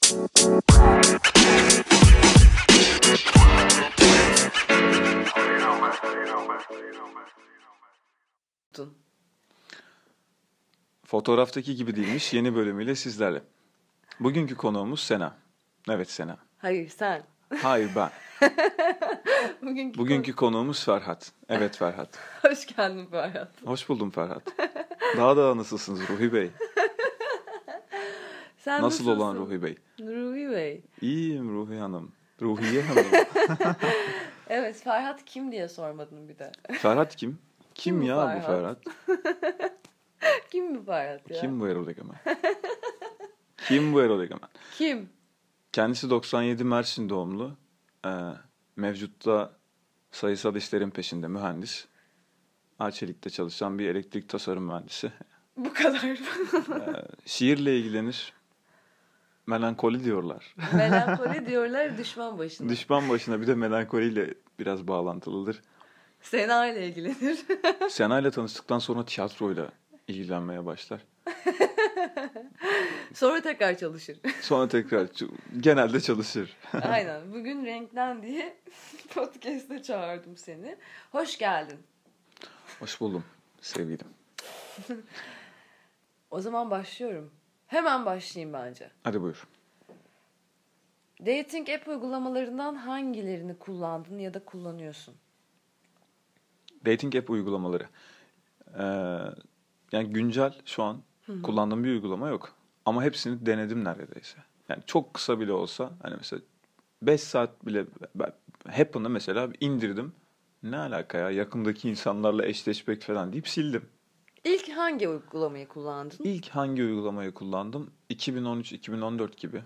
Fotoğraftaki gibi değilmiş yeni bölümüyle sizlerle. Bugünkü konuğumuz Sena. Evet Sena. Hayır sen. Hayır ben. Bugünkü konuğumuz Ferhat. Evet Ferhat. Hoş geldin Ferhat. Hoş buldum Ferhat. Daha nasılsınız Ruhi Bey? Sen Nasıl nasılsın? olan Ruhi Bey? Ruhi Bey. İyiyim Ruhi Hanım. Ruhiye Hanım. Evet, Ferhat kim diye sormadın bir de. Ferhat kim? Kim ya Ferhat? bu Ferhat? Kim bu Ferhat ya? Kim bu Erol Egemen? Kim bu Erol Egemen? Kim? Kendisi 97 Mersin doğumlu. Mevcutta sayısal işlerin peşinde mühendis. Arçelik'te çalışan bir elektrik tasarım mühendisi. Bu kadar. Şiirle ilgilenir. Melankoli diyorlar. Melankoli diyorlar düşman başına. Düşman başına bir de melankoliyle biraz bağlantılıdır. Sena ile ilgilenir. Sena ile tanıştıktan sonra tiyatroyla ilgilenmeye başlar. Sonra tekrar çalışır. Sonra tekrar genelde çalışır. Aynen. Bugün Renklen diye podcast'e çağırdım seni. Hoş geldin. Hoş buldum sevgilim. O zaman başlıyorum. Hemen başlayayım bence. Hadi buyur. Dating app uygulamalarından hangilerini kullandın ya da kullanıyorsun? Dating app uygulamaları. Yani güncel şu an kullandığım bir uygulama yok. Ama hepsini denedim neredeyse. Yani çok kısa bile olsa hani mesela 5 saat bile Happen'ı mesela indirdim. Ne alaka ya yakındaki insanlarla eşleşmek falan deyip sildim. İlk hangi uygulamayı kullandın? İlk hangi uygulamayı kullandım? 2013-2014 gibi.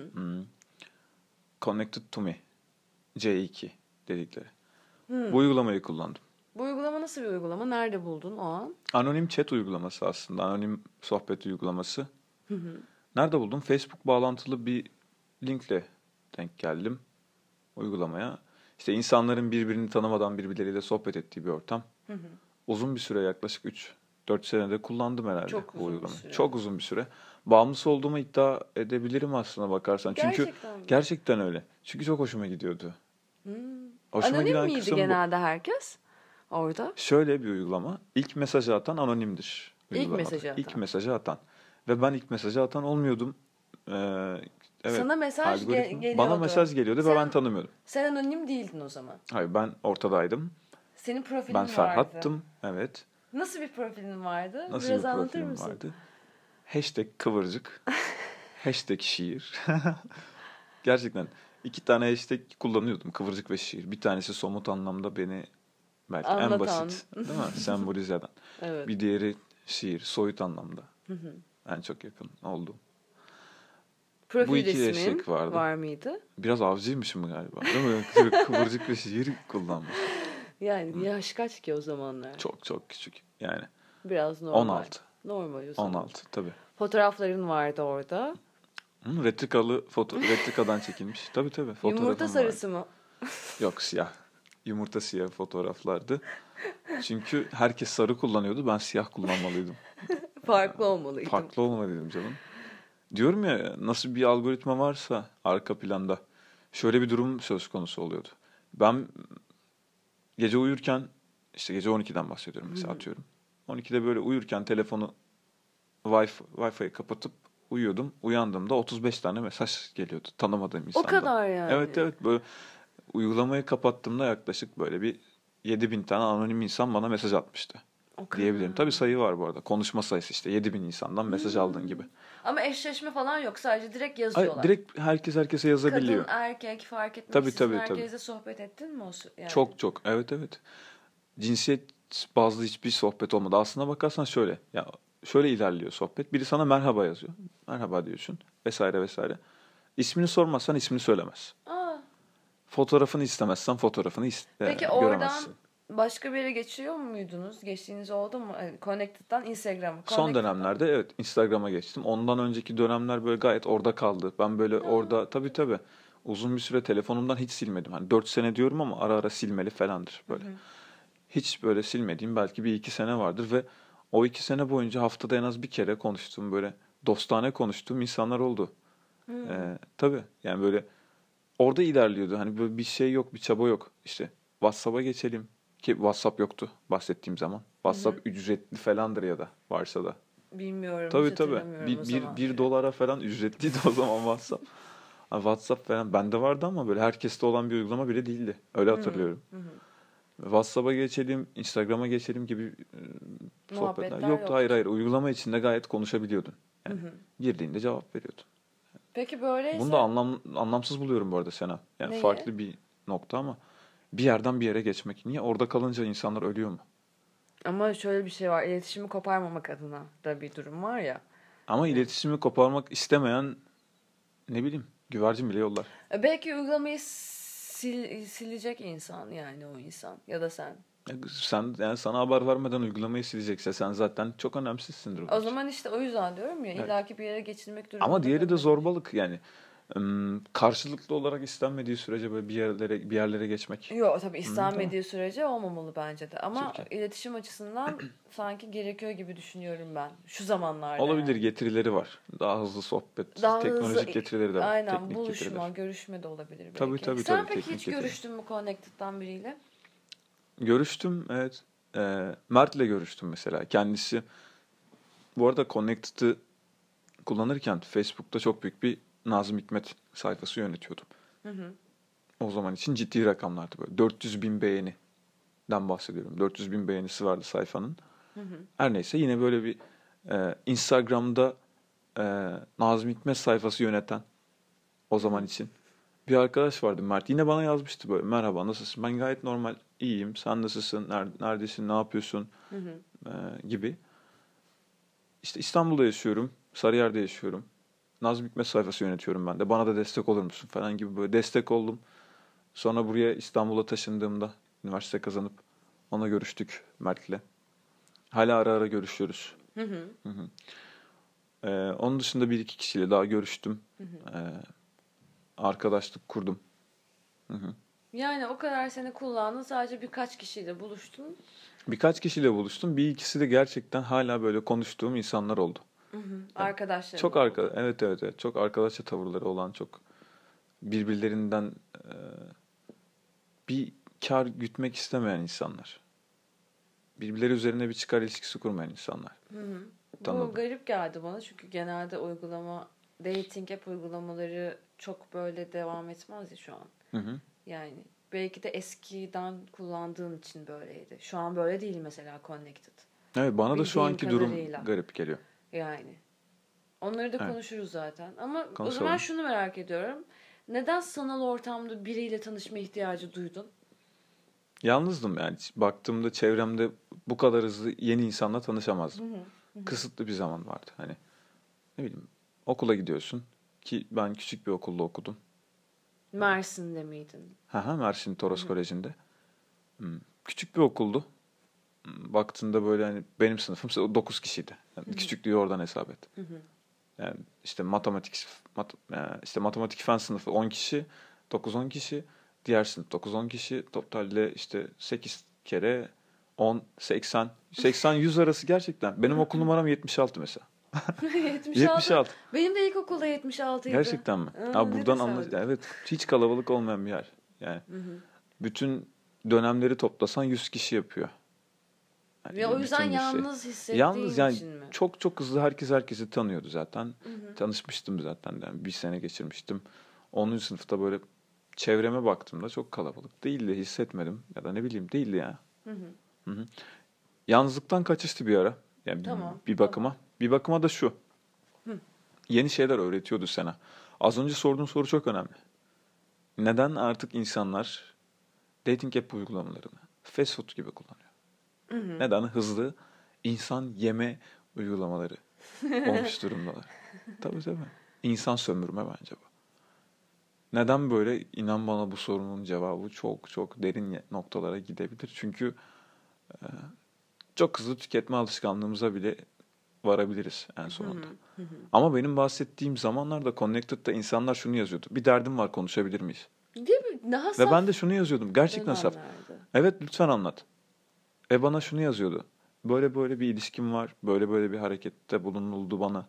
Connected to Me. C2 dedikleri. Bu uygulamayı kullandım. Bu uygulama nasıl bir uygulama? Nerede buldun o an? Anonim chat uygulaması aslında. Anonim sohbet uygulaması. Nerede buldum? Facebook bağlantılı bir linkle denk geldim uygulamaya. İşte insanların birbirini tanımadan birbirleriyle sohbet ettiği bir ortam. Uzun bir süre yaklaşık 3-4 senede kullandım herhalde bu uygulamayı. Çok uzun bir süre. Bağımlısı olduğumu iddia edebilirim aslına bakarsan. Çünkü gerçekten öyle. Çünkü çok hoşuma gidiyordu. Anonim miydi genelde herkes orada? Şöyle bir uygulama. İlk mesajı atan anonimdir. İlk mesajı atan. Ve ben ilk mesajı atan olmuyordum. Evet, sana mesaj geliyordu. Bana mesaj geliyordu ve ben tanımıyordum. Sen anonim değildin o zaman. Hayır, ben ortadaydım. Senin profilin vardı. Ben Ferhat'tım. Evet. Nasıl bir profilin vardı? Nasıl Biraz bir anlatır mısın? Vardı? Hashtag kıvırcık. Hashtag şiir. Gerçekten 2 tane hashtag kullanıyordum. Kıvırcık ve şiir. Bir tanesi somut anlamda beni belki anlatan. En basit değil mi? Sembolize eden. Evet. Bir diğeri şiir. Soyut anlamda. En çok yakın oldu. Profil bu iki resmin vardı. Var mıydı? Biraz avcıymışım galiba. Değil mi? Kıvırcık ve şiir kullanmış. Yani yaş kaç ki o zamanlar? Çok küçük. Yani. Biraz normal. 16. Normal o zaman. 16 tabii. Fotoğrafların vardı orada. Retrikadan çekilmiş. Tabii. Yumurta sarısı mı? Yok, siyah. Yumurta siyah fotoğraflardı. Çünkü herkes sarı kullanıyordu. Ben siyah kullanmalıydım. Farklı olmalıydım. Farklı olmalıydım canım. Diyorum ya, nasıl bir algoritma varsa arka planda şöyle bir durum söz konusu oluyordu. Ben gece uyurken, işte gece 12'den bahsediyorum mesela, atıyorum. 12'de böyle uyurken telefonu Wi-Fi'yi kapatıp uyuyordum. Uyandığımda 35 tane mesaj geliyordu tanımadığım insandan. O kadar yani. Evet, böyle uygulamayı kapattığımda yaklaşık böyle bir 7.000 tane anonim insan bana mesaj atmıştı. Diyebilirim. Tabii sayı var bu arada. Konuşma sayısı işte 7.000 insandan mesaj aldığın gibi. Ama eşleşme falan yok. Sadece direkt yazıyorlar. Direkt herkese yazabiliyor. Kadın, erkek fark etmez. Tabii. Herkesle sohbet ettin mi? Yani? Çok. Evet. Cinsiyet bazlı hiçbir sohbet olmadı. Aslına bakarsan şöyle ilerliyor sohbet. Biri sana merhaba yazıyor. Merhaba diyorsun. Vesaire. İsmini sormazsan ismini söylemez. Fotoğrafını istemezsen fotoğrafını Peki oradan başka bir yere geçiyor muydunuz? Geçtiğiniz oldu mu? Connected'dan Instagram'a. Son dönemlerde evet Instagram'a geçtim. Ondan önceki dönemler böyle gayet orada kaldı. Ben böyle orada tabii uzun bir süre telefonumdan hiç silmedim. Hani 4 sene diyorum ama ara ara silmeli falandır böyle. Hiç böyle silmediğim belki 1-2 sene vardır ve o 2 sene boyunca haftada en az bir kere konuştuğum, böyle dostane konuştuğum insanlar oldu. Tabii yani böyle orada ilerliyordu. Hani böyle bir şey yok, bir çaba yok. İşte WhatsApp'a geçelim. Ki WhatsApp yoktu bahsettiğim zaman. WhatsApp ücretli falandır ya da varsa da. Bilmiyorum, hiç Tabii tabii. hatırlamıyorum o Bir zamanları. dolara falan ücretliydi o zaman WhatsApp. Ha, WhatsApp falan bende vardı ama böyle herkeste olan bir uygulama bile değildi. Öyle hatırlıyorum. WhatsApp'a geçelim, Instagram'a geçelim gibi sohbetler Muhabbetler yoktu. Hayır yoktu. hayır. Uygulama içinde gayet konuşabiliyordun. Yani girdiğinde cevap veriyordun. Peki Bunu da böyleyse anlamsız buluyorum bu arada Sena. Yani neyi? farklı bir nokta ama bir yerden bir yere geçmek. Niye? Orada kalınca insanlar ölüyor mu? Ama şöyle bir şey var. İletişimi koparmamak adına da bir durum var ya. Ama Yani. iletişimi koparmak istemeyen ne bileyim güvercin bile yollar. Belki uygulamayı silecek insan, yani o insan ya da sen. Sen yani sana haber vermeden uygulamayı silecekse sen zaten çok önemsizsindir o O için. zaman işte o yüzden diyorum ya, Evet. illaki bir yere geçilmek Ama durumunda diğeri de kalınabilir. zorbalık yani. Karşılıklı olarak istenmediği sürece böyle bir yerlere geçmek. Yok tabii, Tamam. istenmediği sürece olmamalı bence de. Tabii Ama ki. iletişim açısından sanki gerekiyor gibi düşünüyorum ben. Şu zamanlarda Olabilir yani. getirileri var. Daha hızlı sohbet, Daha hızlı, teknolojik getirileri de var. aynen, Teknik getirileri. buluşma, görüşme de olabilir Tabii belki. tabii Sen tabii peki teknik hiç getiri. görüştün mü Connected'dan biriyle? Görüştüm evet. Mert'le görüştüm mesela. Kendisi bu arada Connected'ı kullanırken Facebook'ta çok büyük bir Nazım Hikmet sayfası yönetiyordum. Hı hı. O zaman için ciddi rakamlardı böyle. 400 bin beğeniden bahsediyorum. 400 bin beğenisi vardı sayfanın. Hı hı. Her neyse yine böyle bir Instagram'da Nazım Hikmet sayfası yöneten o zaman için bir arkadaş vardı Mert. Yine bana yazmıştı böyle merhaba nasılsın? Ben gayet normal iyiyim. Sen nasılsın? Neredesin? Ne yapıyorsun? Hı hı. Gibi. İşte İstanbul'da yaşıyorum. Sarıyer'de yaşıyorum. Nazım Hikmet sayfası yönetiyorum ben de. Bana da destek olur musun falan gibi böyle destek oldum. Sonra buraya İstanbul'a taşındığımda üniversite kazanıp ona görüştük Mert'le. Hala ara ara görüşüyoruz. Hı hı. Hı hı. Onun dışında bir iki kişiyle daha görüştüm. Hı hı. Arkadaşlık kurdum. Hı hı. Yani o kadar seni kullandın, sadece birkaç kişiyle buluştun. Birkaç kişiyle buluştum. Bir ikisi de gerçekten hala böyle konuştuğum insanlar oldu. Hı hı. Yani Arkadaşların çok oldu. evet evet evet çok arkadaşça tavırları olan çok birbirlerinden e, bir kar gütmek istemeyen insanlar. Birbirleri üzerine bir çıkar ilişkisi kurmayan insanlar. Hı hı. Bu Tanıdım. garip geldi bana, çünkü genelde dating app uygulamaları çok böyle devam etmez ya şu an. Hı hı. Yani belki de eskiden kullandığın için böyleydi. Şu an böyle değil mesela Connected. Evet bana da şu Bildiğim anki durum kadarıyla. garip geliyor. Yani. Onları da Evet konuşuruz zaten. Ama o zaman konuşalım. şunu merak ediyorum. Neden sanal ortamda biriyle tanışma ihtiyacı duydun? Yalnızdım yani. Baktığımda çevremde bu kadar hızlı yeni insanla Hı tanışamazdım. hı. Hı hı. Kısıtlı bir zaman vardı. Hani ne bileyim okula gidiyorsun ki ben küçük bir okulda okudum. Mersin'de miydin? Haha Mersin Hı Toros hı. Koleji'nde. Küçük bir okuldu. Baktığında böyle hani benim sınıfım 9 kişiydi. Hı Yani hı. küçüklüğü oradan hesap et. Hı hı. Yani işte matematik fen sınıfı 10 kişi, 9-10 kişi, diğer sınıf 9-10 kişi, totalde işte 8 kere 10 80 80-100 arası gerçekten. Benim okul numaram 76 mesela. 76. 76. Benim de ilkokulda 76'ydı. Gerçekten mi? Aa, Ha ne buradan anla tesadüf. evet hiç kalabalık olmayan bir yer. Yani Hı hı. bütün dönemleri toplasan 100 kişi yapıyor. Ve o Yani yüzden bütün lise. yalnız Yalnız hissettiğin yani için mi? çok çok hızlı herkes herkesi tanıyordu zaten. Hı hı. Tanışmıştım zaten. Yani bir sene geçirmiştim. 10. sınıfta böyle çevreme baktığımda çok kalabalık değildi. Hissetmedim. Ya da ne bileyim değildi ya. Hı hı. Hı hı. Yalnızlıktan kaçıştı bir ara. Yani Tamam. bir Tamam. bakıma. Bir bakıma da şu. Hı. Yeni şeyler öğretiyordu sana. Az önce sorduğun soru çok önemli. Neden artık insanlar dating app uygulamalarını fast food gibi kullanıyor? Hı hı. Neden hızlı insan yeme uygulamaları olmuş durumdalar? Tabii tabii. İnsan sömürme bence bu. Neden böyle? İnan bana bu sorunun cevabı çok çok derin noktalara gidebilir. Çünkü çok hızlı tüketme alışkanlığımıza bile varabiliriz en Hı sonunda. hı. Hı hı. Ama benim bahsettiğim zamanlarda Connected'da insanlar şunu yazıyordu. Bir derdim var konuşabilir miyiz? Değil mi? Daha Ve saf ben de şunu yazıyordum. Gerçekten saf. dönemlerde. Evet lütfen anlat. Bana şunu yazıyordu. Böyle böyle bir ilişkim var. Böyle böyle bir harekette bulunuldu bana.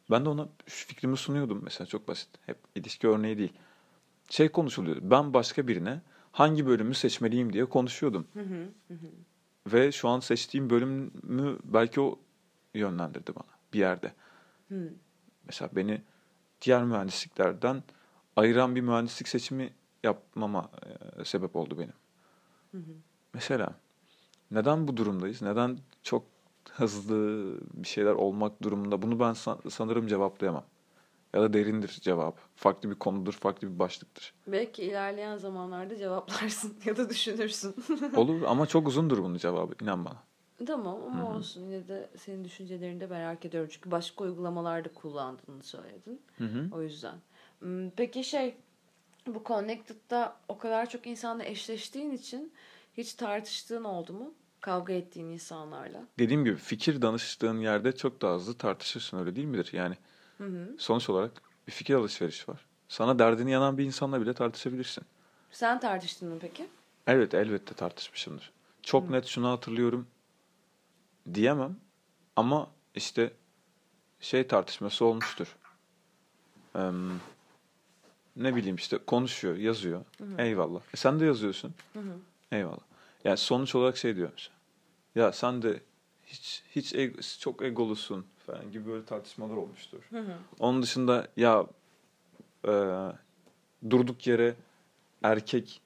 Ben de ona şu fikrimi sunuyordum mesela, çok basit. Hep ilişki örneği değil. Şey konuşuluyordu. Ben başka birine hangi bölümü seçmeliyim diye konuşuyordum. Hı hı, hı hı. Ve şu an seçtiğim bölümü belki o yönlendirdi bana bir yerde. Hı. Mesela beni diğer mühendisliklerden ayıran bir mühendislik seçimi yapmama sebep oldu benim. Hı hı. Mesela neden bu durumdayız? Neden çok hızlı bir şeyler olmak durumunda? Bunu ben sanırım cevaplayamam. Ya da derindir cevap. Farklı bir konudur, farklı bir başlıktır. Belki ilerleyen zamanlarda cevaplarsın ya da düşünürsün. Olur ama çok uzundur bunun cevabı, inan bana. Tamam Hı ama hı. olsun, yine de senin düşüncelerini de merak ediyorum. Çünkü başka uygulamalarda kullandığını söyledin. Hı hı. O yüzden. Peki bu Connected'da o kadar çok insanla eşleştiğin için hiç tartıştığın oldu mu? Kavga ettiğin insanlarla. Dediğim gibi fikir danıştığın yerde çok daha hızlı tartışırsın, öyle değil midir? Yani Hı hı. sonuç olarak bir fikir alışverişi var. Sana derdini yanan bir insanla bile tartışabilirsin. Sen tartıştın mı peki? Evet, elbette tartışmışımdır. Çok Hı. net şunu hatırlıyorum diyemem ama işte şey tartışması olmuştur. Eee, ne bileyim işte konuşuyor, yazıyor. Hı hı. Eyvallah. Sen de yazıyorsun. Hı hı. Eyvallah. Yani sonuç olarak şey diyor mesela. Ya sen de çok egolusun falan gibi böyle tartışmalar olmuştur. Hı hı. Onun dışında ya e, durduk yere erkek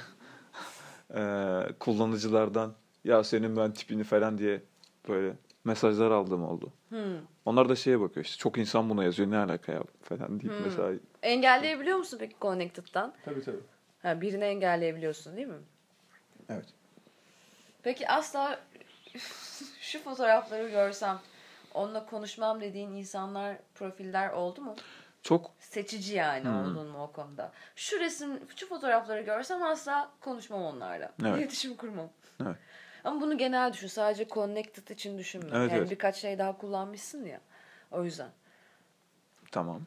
kullanıcılardan ya senin ben tipini falan diye böyle mesajlar aldığım oldu. Hı. Onlar da şeye bakıyor işte, çok insan buna yazıyor, ne alaka ya falan deyip Hı. mesela. Engelleyebiliyor musun peki Connected'dan? Tabii tabii. Ha, birini engelleyebiliyorsun değil mi? Evet. Peki asla şu fotoğrafları görsem onunla konuşmam dediğin insanlar, profiller oldu mu? Çok Seçici yani hmm, oldun mu o konuda? Şu fotoğrafları görsem asla konuşmam onlarla. evet. İletişim kurmam. Evet. Ama bunu genel düşün. Sadece Connected için düşünme. Evet Yani evet. birkaç şey daha kullanmışsın ya. O yüzden. Tamam.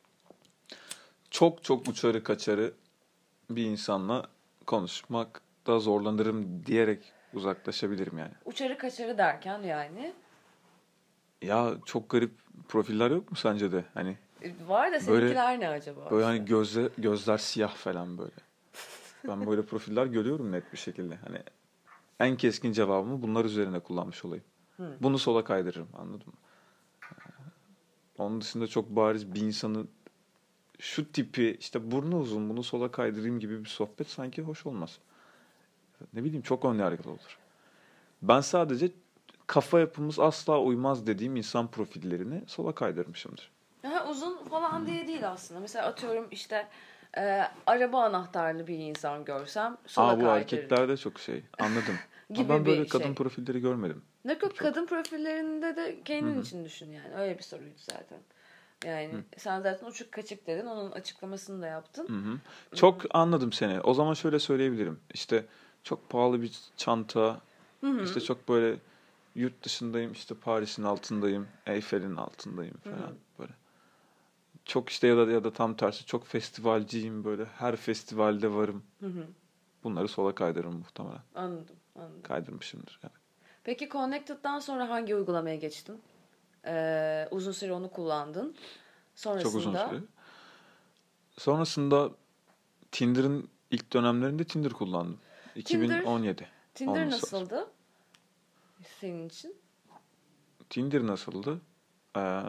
Çok çok uçarı kaçarı bir insanla konuşmakta zorlanırım diyerek uzaklaşabilirim yani. Uçarı kaçarı derken yani. Ya çok garip profiller yok mu sence de? Hani Var da böyle seninkiler ne acaba böyle hani işte? gözler siyah falan böyle. Ben böyle profiller görüyorum net bir şekilde. Hani en keskin cevabımı bunlar üzerine kullanmış olayım. Hı. Bunu sola kaydırırım, anladın mı? Onun dışında çok bariz bir insanın şu tipi işte burnu uzun bunu sola kaydırayım gibi bir sohbet sanki hoş olmaz. Ne bileyim, çok önyargılı olur. Ben sadece kafa yapımız asla uymaz dediğim insan profillerini sola kaydırmışımdır. Aha, uzun falan diye değil aslında. Mesela atıyorum işte araba anahtarlı bir insan görsem sola Bu kaydırırım erkeklerde çok şey, anladım. Ama gibi ben bir böyle kadın şey. profilleri görmedim. Ne yok, Çok. kadın profillerinde de Hı kendin hı. için düşün yani. Öyle bir soruydu zaten. Yani Hı sen zaten uçuk kaçık dedin. Onun açıklamasını da yaptın. hı. Hı. Hmm. Çok anladım seni. O zaman şöyle söyleyebilirim. İşte çok pahalı bir çanta, Hı işte hı. çok böyle yurt dışındayım, işte Paris'in altındayım, Eyfel'in altındayım Hı falan hı. böyle. Çok işte ya da tam tersi çok festivalciyim, böyle her festivalde varım. Hı hı. Bunları sola kaydırırım muhtemelen. Anladım, anladım. Kaydırmışımdır yani. Peki Connected'dan sonra hangi uygulamaya geçtin? Uzun süre onu kullandın. Çok uzun Sonrasında süre. Sonrasında Tinder'ın ilk dönemlerinde Tinder kullandım. Tinder. 2017 Tinder olması lazım. nasıldı senin için? Tinder nasıldı? Ee,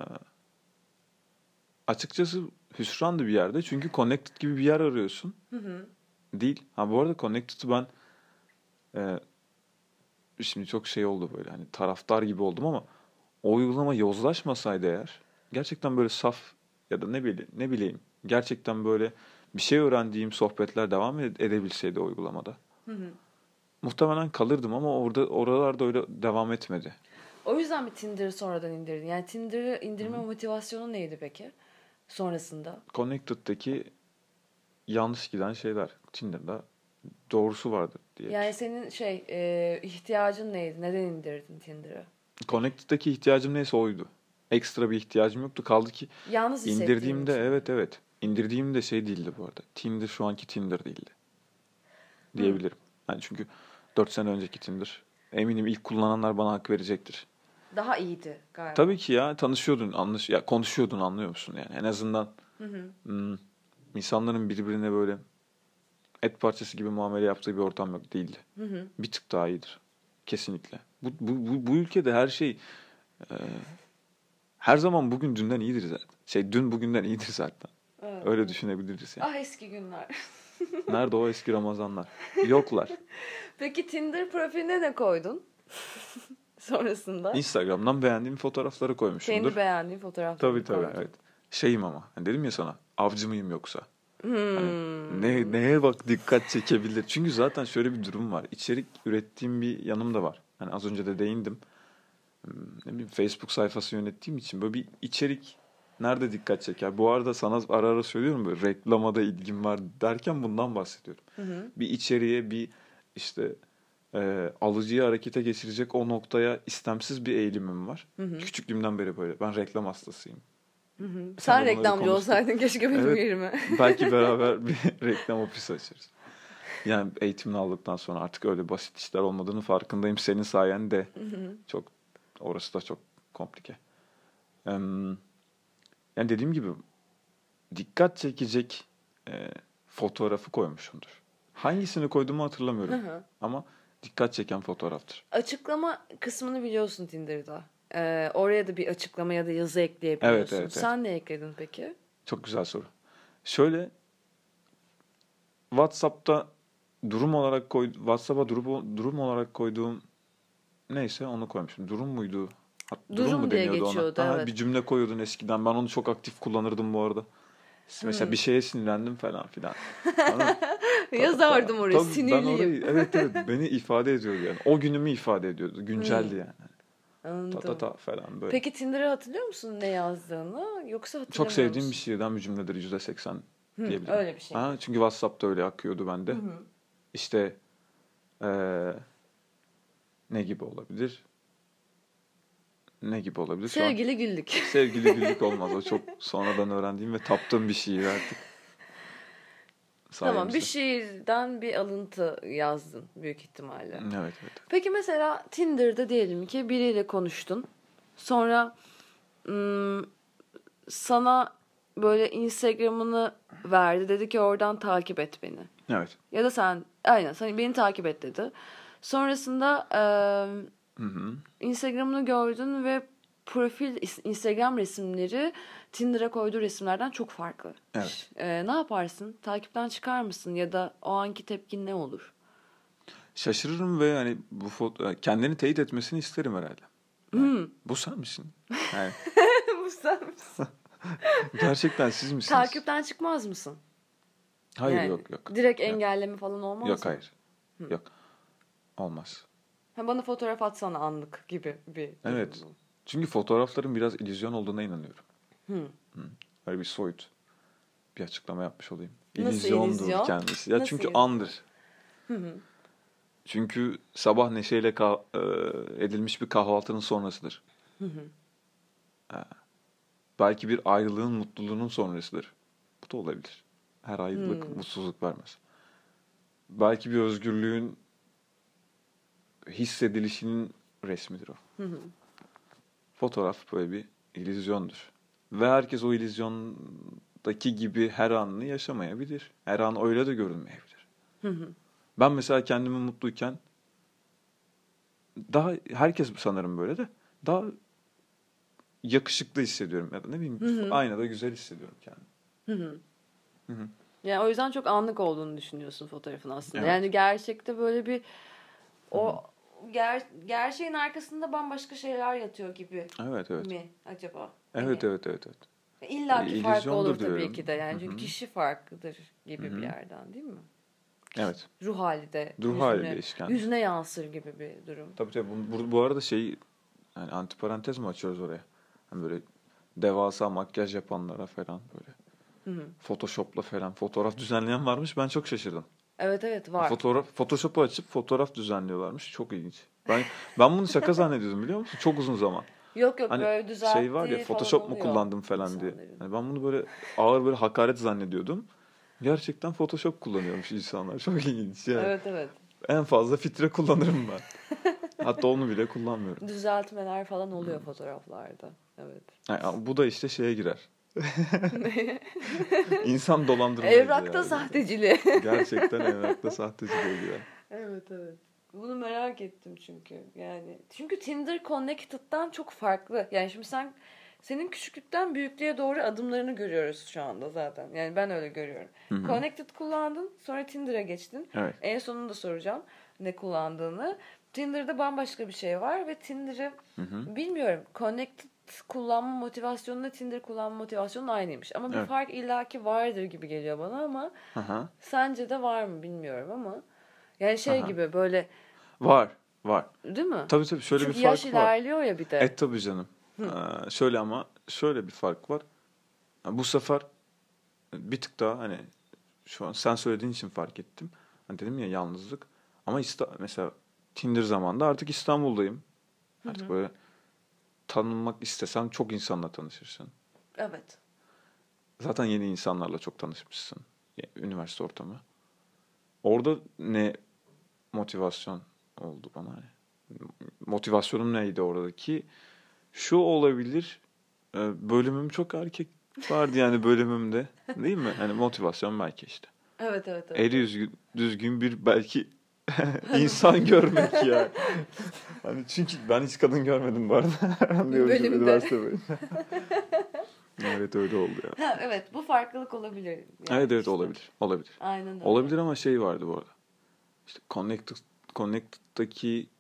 açıkçası hüsrandı bir yerde. Çünkü Connected gibi bir yer arıyorsun. Hı hı. Değil. Ha, bu arada Connected'ı ben şimdi çok şey oldu böyle, hani taraftar gibi oldum ama o uygulama yozlaşmasaydı eğer, gerçekten böyle saf ya da ne bileyim gerçekten böyle bir şey öğrendiğim sohbetler devam edebilseydi o uygulamada, Hı hı. muhtemelen kalırdım ama oralarda öyle devam etmedi. O yüzden mi Tinder'ı sonradan indirdin? Yani Tinder'ı Hı indirme hı. motivasyonu neydi peki? Sonrasında. Connected'daki yanlış giden şeyler Tinder'da doğrusu vardır diye Yani düşün. senin ihtiyacın neydi? Neden indirdin Tinder'ı? Peki. Connected'daki ihtiyacım neyse oydu. Ekstra bir ihtiyacım yoktu. Kaldı ki Yalnız hissettiğin indirdiğimde, için mi? evet indirdiğimde şey değildi bu arada. Tinder şu anki Tinder değildi Hı. diyebilirim. Yani çünkü 4 sene önceki Tinder, eminim ilk kullananlar bana hak verecektir. daha iyiydi galiba. Tabii ki ya, tanışıyordun, ya konuşuyordun, anlıyor musun yani? En azından insanların birbirine böyle et parçası gibi muamele yaptığı bir ortam yok, değildi. Bir tık daha iyidir. Kesinlikle. Bu ülkede her şey her zaman bugün dünden iyidir zaten. Dün bugünden iyidir zaten. Evet. Öyle düşünebiliriz yani. Ah, eski günler. Nerede o eski Ramazanlar? Yoklar. Peki Tinder profiline ne koydun? Sonrasında. Instagram'dan beğendiğim fotoğrafları koymuşumdur. Kendi beğendiğin fotoğrafları Tabii koydun. evet. Şeyim ama. Hani dedim ya sana, avcı mıyım yoksa? Hani neye bak dikkat çekebilir. Çünkü zaten şöyle bir durum var. İçerik ürettiğim bir yanım da var. Hani az önce de değindim. Ne bileyim, Facebook sayfası yönettiğim için böyle bir içerik nerede dikkat çeker? Bu arada sana ara ara söylüyorum, böyle reklama da ilgim var derken bundan bahsediyorum. Bir içeriğe, bir işte alıcıyı harekete geçirecek o noktaya istemsiz bir eğilimim var. Küçüklüğümden beri böyle. Ben reklam hastasıyım. Sen reklamcı olsaydın keşke benim Evet, yerime. belki beraber bir reklam ofisi açarız. Yani eğitimini aldıktan sonra artık öyle basit işler olmadığını farkındayım. Senin sayende çok, orası da çok komplike. Yani dediğim gibi dikkat çekecek fotoğrafı koymuşumdur. Hangisini koyduğumu hatırlamıyorum. Ama dikkat çeken fotoğraftır. Açıklama kısmını biliyorsun Tinder'da. Oraya da bir açıklama ya da yazı ekleyebiliyorsun. Evet. Sen ne ekledin peki? Çok güzel soru. Şöyle, WhatsApp'ta WhatsApp'a durum olarak koyduğum neyse onu koymuşum. Durum muydu? Durum mu diye deniyordu geçiyordu, ona? evet. Bir cümle koyuyordun eskiden. Ben onu çok aktif kullanırdım bu arada. Mesela bir şeye sinirlendim falan filan. Yazardım oraya, Tabii, sinirliyim. Ben orayı, evet beni ifade ediyordu yani. O günümü ifade ediyordu. Günceldi yani. Anladım. Falan böyle. Peki Tinder'ı hatırlıyor musun ne yazdığını? Yoksa hatırlamıyor Çok sevdiğim musun? bir şiirden bir cümledir %80 diyebilirim. Öyle bir şey. Çünkü WhatsApp'ta öyle akıyordu bende. İşte ne gibi olabilir? Ne gibi olabilir? Sevgili güldük. Sevgili güllük olmaz. O çok sonradan öğrendiğim ve taptığım bir şiir artık. Tamam, bir şiirden bir alıntı yazdın büyük ihtimalle. Evet. Peki mesela Tinder'da diyelim ki biriyle konuştun. Sonra sana böyle Instagram'ını verdi. Dedi ki oradan takip et beni. Evet. Ya da sen beni takip et dedi. Sonrasında Instagram'ını gördün ve Instagram resimleri Tinder'a koyduğu resimlerden çok farklı. Evet. Ne yaparsın? Takipten çıkar mısın? Ya da o anki tepkin ne olur? Şaşırırım ve hani kendini teyit etmesini isterim herhalde. Yani, bu sen misin? Yani, Bu sen misin? gerçekten siz misiniz? Takipten çıkmaz mısın? Hayır, Yani, yok. Direkt engelleme falan olmaz mı? Yok, hayır. Yok. Olmaz. Bana fotoğraf atsana anlık gibi bir durum. Evet. Çünkü fotoğrafların biraz illüzyon olduğuna inanıyorum. Öyle bir soyut bir açıklama yapmış olayım. Nasıl İllüzyondur illüzyon? kendisi. Ya Nasıl çünkü illüzyon? andır. Çünkü sabah neşeyle edilmiş bir kahvaltının sonrasıdır. Belki bir ayrılığın mutluluğunun sonrasıdır. Bu da olabilir. Her ayrılık mutsuzluk vermez. Belki bir özgürlüğün hissedilişinin resmidir o. Fotoğraf böyle bir illüzyondur. Ve herkes o illüzyondaki gibi her anını yaşamayabilir. Her an öyle de görünmeyebilir. Ben mesela kendimi mutluyken daha, herkes sanırım böyle de, daha yakışıklı hissediyorum ya da ne bileyim, aynada güzel hissediyorum kendimi. Yani o yüzden çok anlık olduğunu düşünüyorsun fotoğrafın aslında. Evet. Yani gerçekte böyle bir o gerçeğin arkasında bambaşka şeyler yatıyor gibi Evet. mi acaba? Evet. İlla ki farklı İllüzyondur olur tabii diyorum. ki de. Yani çünkü kişi farklıdır gibi bir yerden, değil mi? Evet. Ruh hali de Ruh hali değişken. yüzüne yansır gibi bir durum. Tabii. Bu arada yani antiparantez mi açıyoruz oraya? Hani böyle devasa makyaj yapanlara falan böyle. Photoshop'la falan fotoğraf düzenleyen varmış. Ben çok şaşırdım. Evet var. Photoshop'u açıp fotoğraf düzenliyorlarmış. Çok ilginç. Ben bunu şaka zannediyordum, biliyor musun? Çok uzun zaman. Yok Hani böyle düzelttiği var ya, falan Photoshop mu oluyor kullandım falan diye. insanların. Hani ben bunu böyle ağır, böyle hakaret zannediyordum. Gerçekten Photoshop kullanıyormuş insanlar. Çok ilginç yani. Evet. En fazla filtre kullanırım ben. Hatta onu bile kullanmıyorum. Düzeltmeler falan oluyor fotoğraflarda. Evet. Yani bu da işte şeye girer. İnsan dolandırmaya Evrakta girer. sahteciliği. Gerçekten evrakta sahteciliğe girer. Evet. Bunu merak ettim çünkü. Yani çünkü Tinder Connected'dan çok farklı. Yani şimdi senin küçüklükten büyüklüğe doğru adımlarını görüyoruz şu anda zaten. Yani ben öyle görüyorum. Hı-hı. Connected kullandın, sonra Tinder'a geçtin. Evet. En sonunda soracağım ne kullandığını. Tinder'da bambaşka bir şey var ve Tinder'ı bilmiyorum. Connected kullanma motivasyonuyla Tinder kullanma motivasyonu aynıymış. Ama bir fark illaki vardır gibi geliyor bana ama sence de var mı bilmiyorum ama yani gibi böyle var. değil mi? Tabii şöyle çünkü bir fark var. yaş ilerliyor ya bir de. Tabii canım. Şöyle bir fark var. Bu sefer bir tık daha hani şu an sen söylediğin için fark ettim. Hani dedim ya yalnızlık. Ama mesela Tinder zamanında artık İstanbul'dayım. Artık böyle tanınmak istesen çok insanla tanışırsın. Evet. Zaten yeni insanlarla çok tanışmışsın. Üniversite ortamı. Orada ne motivasyon oldu bana? Motivasyonum neydi oradaki? Şu olabilir. Bölümüm çok erkek vardı yani bölümümde. Değil mi? Hani motivasyon belki işte. Evet. Eli düzgün bir belki insan görmek ya. Hani çünkü ben hiç kadın görmedim bu arada. Bölümde. Üniversite bölümünde. Evet öyle oldu ya. Evet bu farklılık olabilir. Yani Evet işte. olabilir. Aynen öyle. Olabilir ama şey vardı bu arada. İşte Connected'daki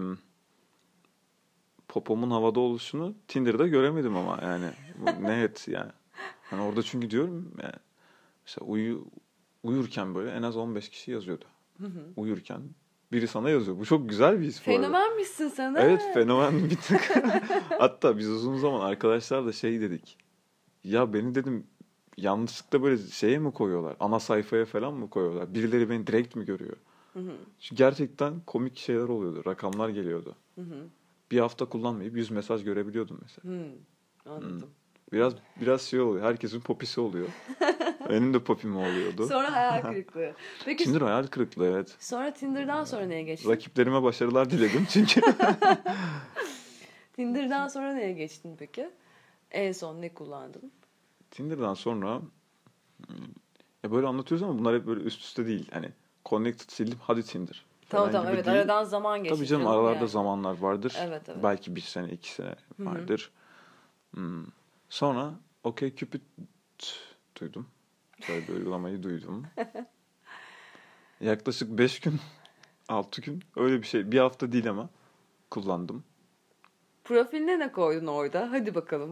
popomun havada oluşunu Tinder'da göremedim ama yani net yani. Hani orada çünkü diyorum yani mesela uyurken böyle en az 15 kişi yazıyordu. Uyurken biri sana yazıyor. Bu çok güzel bir his bu arada. Fenomenmişsin sen. Evet fenomen bir tık. Hatta biz uzun zaman arkadaşlarla şey dedik. Ya beni dedim yanlışlıkla böyle şeye mi koyuyorlar? Ana sayfaya falan mı koyuyorlar? Birileri beni direkt mi görüyor? Çünkü gerçekten komik şeyler oluyordu. Rakamlar geliyordu. Bir hafta kullanmayıp 100 mesaj görebiliyordum mesela. Anladım. Biraz şey oluyor. Herkesin popisi oluyor. Benim de popim oluyordu. Sonra hayal kırıklığı. Peki, Tinder hayal kırıklığı evet. Sonra Tinder'dan sonra neye geçtin? Rakiplerime başarılar diledim çünkü. Tinder'dan sonra neye geçtin peki? En son ne kullandın? Tinder'dan sonra ya böyle anlatıyoruz ama bunlar hep böyle üst üste değil. Hani Connected sildim hadi Tinder. Tamam evet değil. aradan zaman geçti. Tabii canım aralarda zamanlar vardır. Evet. Belki 1 sene 2 sene vardır. Sonra OkCupid duydum. Böyle bir uygulamayı duydum. Yaklaşık 5 gün 6 gün öyle bir şey. Bir hafta değil ama kullandım. Profiline ne koydun orada? Hadi bakalım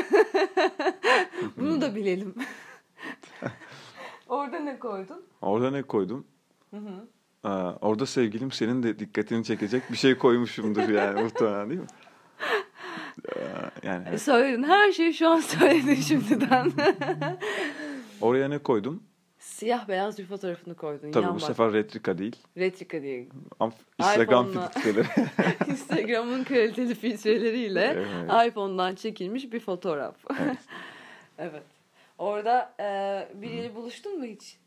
bunu da bilelim. Orada ne koydun? Orada ne koydum? Orada sevgilim senin de dikkatini çekecek bir şey koymuşumdur yani muhtemelen değil mi? Yani Söyledin. Her şeyi şu an söyledin şimdiden. Oraya ne koydum? Siyah beyaz bir fotoğrafını koydun. Tabii bu sefer retrika değil. Retrika değil. Instagram filtreleri. Instagram'ın kaliteli filtreleriyle iPhone'dan çekilmiş bir fotoğraf. Evet. Evet. Orada biriyle buluştun mu hiç?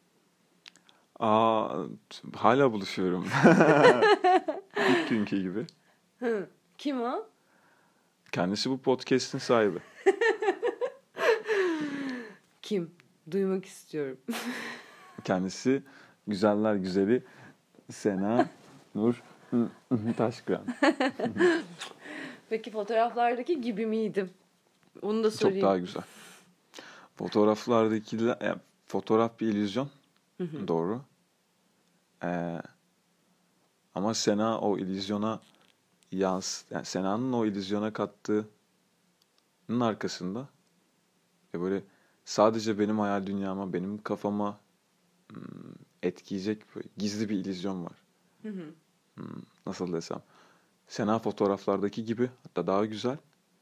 Hala buluşuyorum. İlk günkü gibi. Kim o? Kendisi bu podcast'in sahibi. Kim? Duymak istiyorum. Kendisi güzeller güzeli Sena Nur Taşkıran. Peki fotoğraflardaki gibi miydim? Onu da sorayım. Çok daha güzel. Fotoğraflardakiler fotoğraf bir illüzyon. Doğru. Ama Sena o illüzyona yani Sena'nın o illüzyona kattığının arkasında böyle sadece benim hayal dünyama, benim kafama etkileyecek gizli bir illüzyon var. Nasıl desem. Sena fotoğraflardaki gibi hatta daha güzel.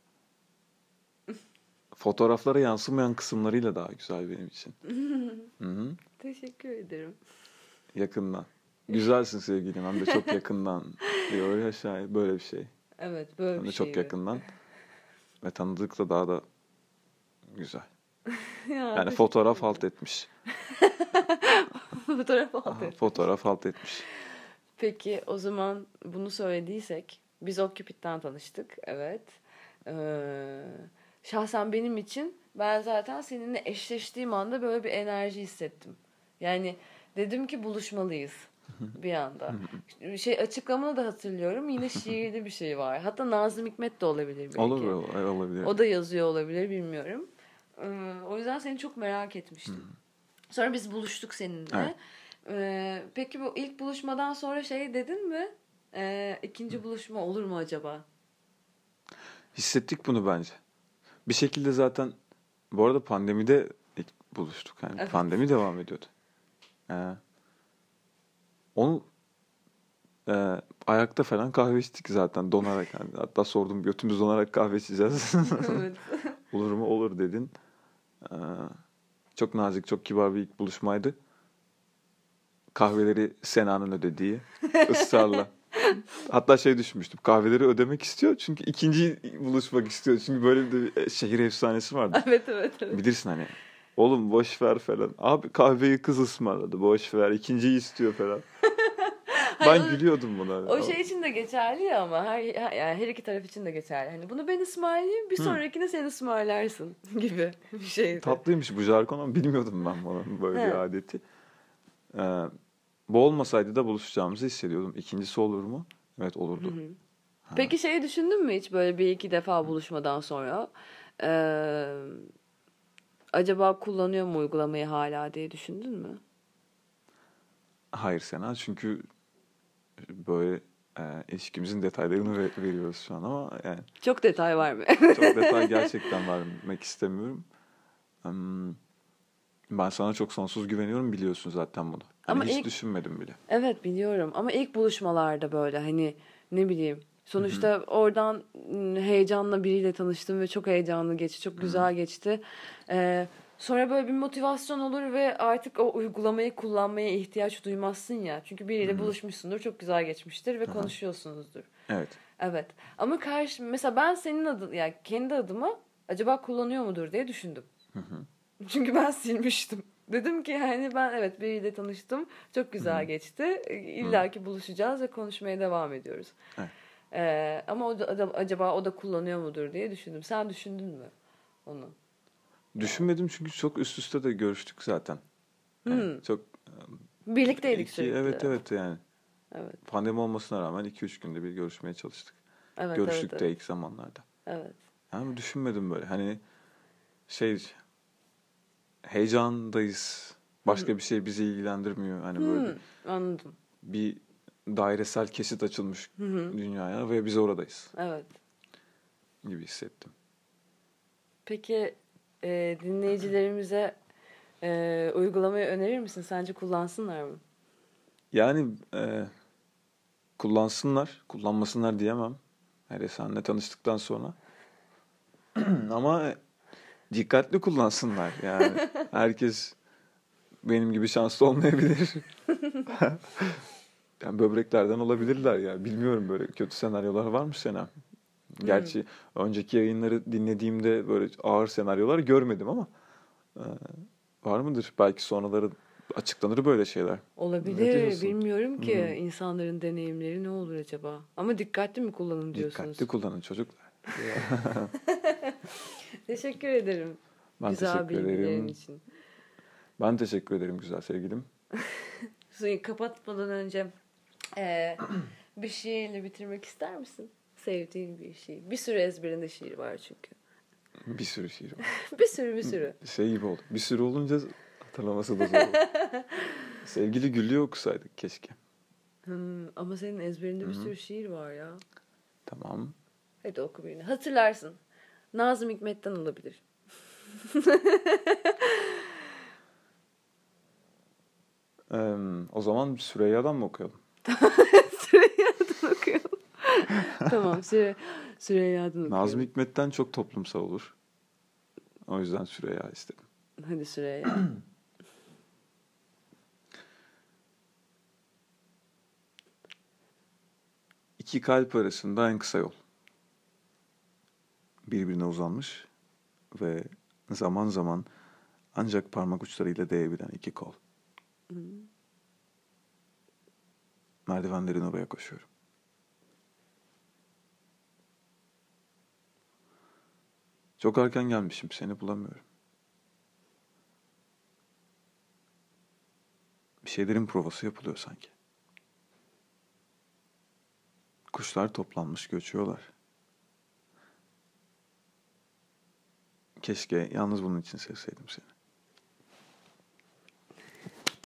Fotoğraflara yansımayan kısımlarıyla daha güzel benim için. Teşekkür ederim. Yakından. Güzelsin sevgilim hem de çok yakından diyor aşağıya böyle bir şey. Evet böyle hem bir de şey. çok yakından. Ve tanıdık da daha da güzel. Yani fotoğraf halt etmiş. Fotoğraf halt etmiş. Fotoğraf halt etmiş. Peki o zaman bunu söylediysek biz OkCupid'den tanıştık. Evet. Şahsen benim için ben zaten seninle eşleştiğim anda böyle bir enerji hissettim. Yani dedim ki buluşmalıyız bir anda. Açıklamanı da hatırlıyorum. Yine şiirli bir şey var. Hatta Nazım Hikmet de olabilir belki. Olabilir. O da yazıyor olabilir, bilmiyorum. O yüzden seni çok merak etmiştim. Sonra biz buluştuk seninle. Evet. Peki bu ilk buluşmadan sonra şey dedin mi? İkinci buluşma olur mu acaba? Hissettik bunu bence. Bir şekilde zaten bu arada pandemide ilk buluştuk. Yani Evet. Pandemi devam ediyordu. Onu ayakta falan kahve içtik zaten donarak. Yani hatta sordum, götümüz donarak kahve içeceğiz. Evet. Olur mu? Olur dedin. Çok nazik, çok kibar bir ilk buluşmaydı. Kahveleri Sena'nın ödediği ısrarla. Hatta şey düşünmüştüm. Kahveleri ödemek istiyor çünkü ikinci buluşmak istiyor. Çünkü böyle bir şehir efsanesi vardı. Evet. Bilirsin hani. Oğlum boş ver falan. Abi kahveyi kız ısmarladı. Boş ver. İkinciyi istiyor falan. Ben gülüyordum buna. O şey için de geçerli ya, ama yani her iki taraf için de geçerli. Hani bunu ben ısmarlayayım, bir sonrakine sen ısmarlarsın gibi bir şeydi. Tatlıymış bu jargon ama bilmiyordum ben bunun böyle bir adeti. Bu olmasaydı da buluşacağımızı hissediyordum. İkincisi olur mu? Evet, olurdu. Peki şeyi düşündün mü hiç böyle bir iki defa buluşmadan sonra? Acaba kullanıyor mu uygulamayı hala diye düşündün mü? Hayır Sena, çünkü böyle ilişkimizin detaylarını veriyoruz şu an ama yani Çok detay var mı? çok detay gerçekten vermek istemiyorum. Ben sana çok sonsuz güveniyorum, biliyorsun zaten bunu. Hani Ama hiç düşünmedim bile. Evet, biliyorum ama ilk buluşmalarda böyle hani ne bileyim, sonuçta oradan heyecanla biriyle tanıştım ve çok heyecanlı geçti, çok güzel geçti. Sonra böyle bir motivasyon olur ve artık o uygulamayı kullanmaya ihtiyaç duymazsın ya. Çünkü biriyle buluşmuşsundur, çok güzel geçmiştir ve konuşuyorsunuzdur. Evet. Evet. Ama mesela ben senin yani kendi adıma acaba kullanıyor mudur diye düşündüm. Çünkü ben silmiştim. Dedim ki yani ben evet biriyle tanıştım. Çok güzel geçti. İlla ki buluşacağız ve konuşmaya devam ediyoruz. Evet. Ama acaba o da kullanıyor mudur diye düşündüm. Sen düşündün mü onu? Düşünmedim çünkü çok üst üste de görüştük zaten. Yani çok Birlikteydik sürekli. evet yani. Evet. Pandemi olmasına rağmen 2-3 günde bir görüşmeye çalıştık. Evet, Görüştük evet, de evet. ilk zamanlarda. Evet. Yani düşünmedim böyle. Hani heyecandayız. Başka bir şey bizi ilgilendirmiyor. Hani böyle Anladım. bir dairesel kesit açılmış dünyaya ve biz oradayız Evet. gibi hissettim. Peki dinleyicilerimize uygulamayı önerir misin? Sence kullansınlar mı? Yani kullansınlar, kullanmasınlar diyemem. Hele seninle tanıştıktan sonra. Ama dikkatli kullansınlar. Yani herkes benim gibi şanslı olmayabilir. Yani böbreklerden olabilirler ya. Bilmiyorum, böyle kötü senaryolar varmış Sena. Gerçi önceki yayınları dinlediğimde böyle ağır senaryolar görmedim ama var mıdır? Belki sonraları açıklanır böyle şeyler. Ne Olabilir. diyorsun? Bilmiyorum ki insanların deneyimleri ne olur acaba. Ama dikkatli mi kullanın diyorsunuz? Dikkatli kullanın çocuklar. Teşekkür ederim. Ben Güzel teşekkür bilgilerin ederim. için. Ben teşekkür ederim güzel sevgilim. Suyu kapatmadan önce bir şiirle bitirmek ister misin? Sevdiğin bir şiir. Bir sürü ezberinde şiir var çünkü. Bir sürü şiir var. Bir sürü. Şey gibi oldu. Bir sürü olunca hatırlaması da zor oldu. Sevgili Güllü'yü okusaydık keşke. Ama senin ezberinde bir sürü şiir var ya. Tamam. Hadi oku birini. Hatırlarsın. Nazım Hikmet'ten olabilir. O zaman Süreyya'dan mı okuyalım? Süreyya'dan okuyalım. Tamam, Süreyya'dan okuyalım. Nazım Hikmet'ten çok toplumsal olur. O yüzden Süreyya istedim. Hadi Süreyya. İki kalp arasında en kısa yol. Birbirine uzanmış ve zaman zaman ancak parmak uçlarıyla değebilen iki kol. Merdivenlerin oraya koşuyorum. Çok erken gelmişim, seni bulamıyorum. Bir şeylerin provası yapılıyor sanki. Kuşlar toplanmış göçüyorlar. Keşke yalnız bunun için sevseydim seni.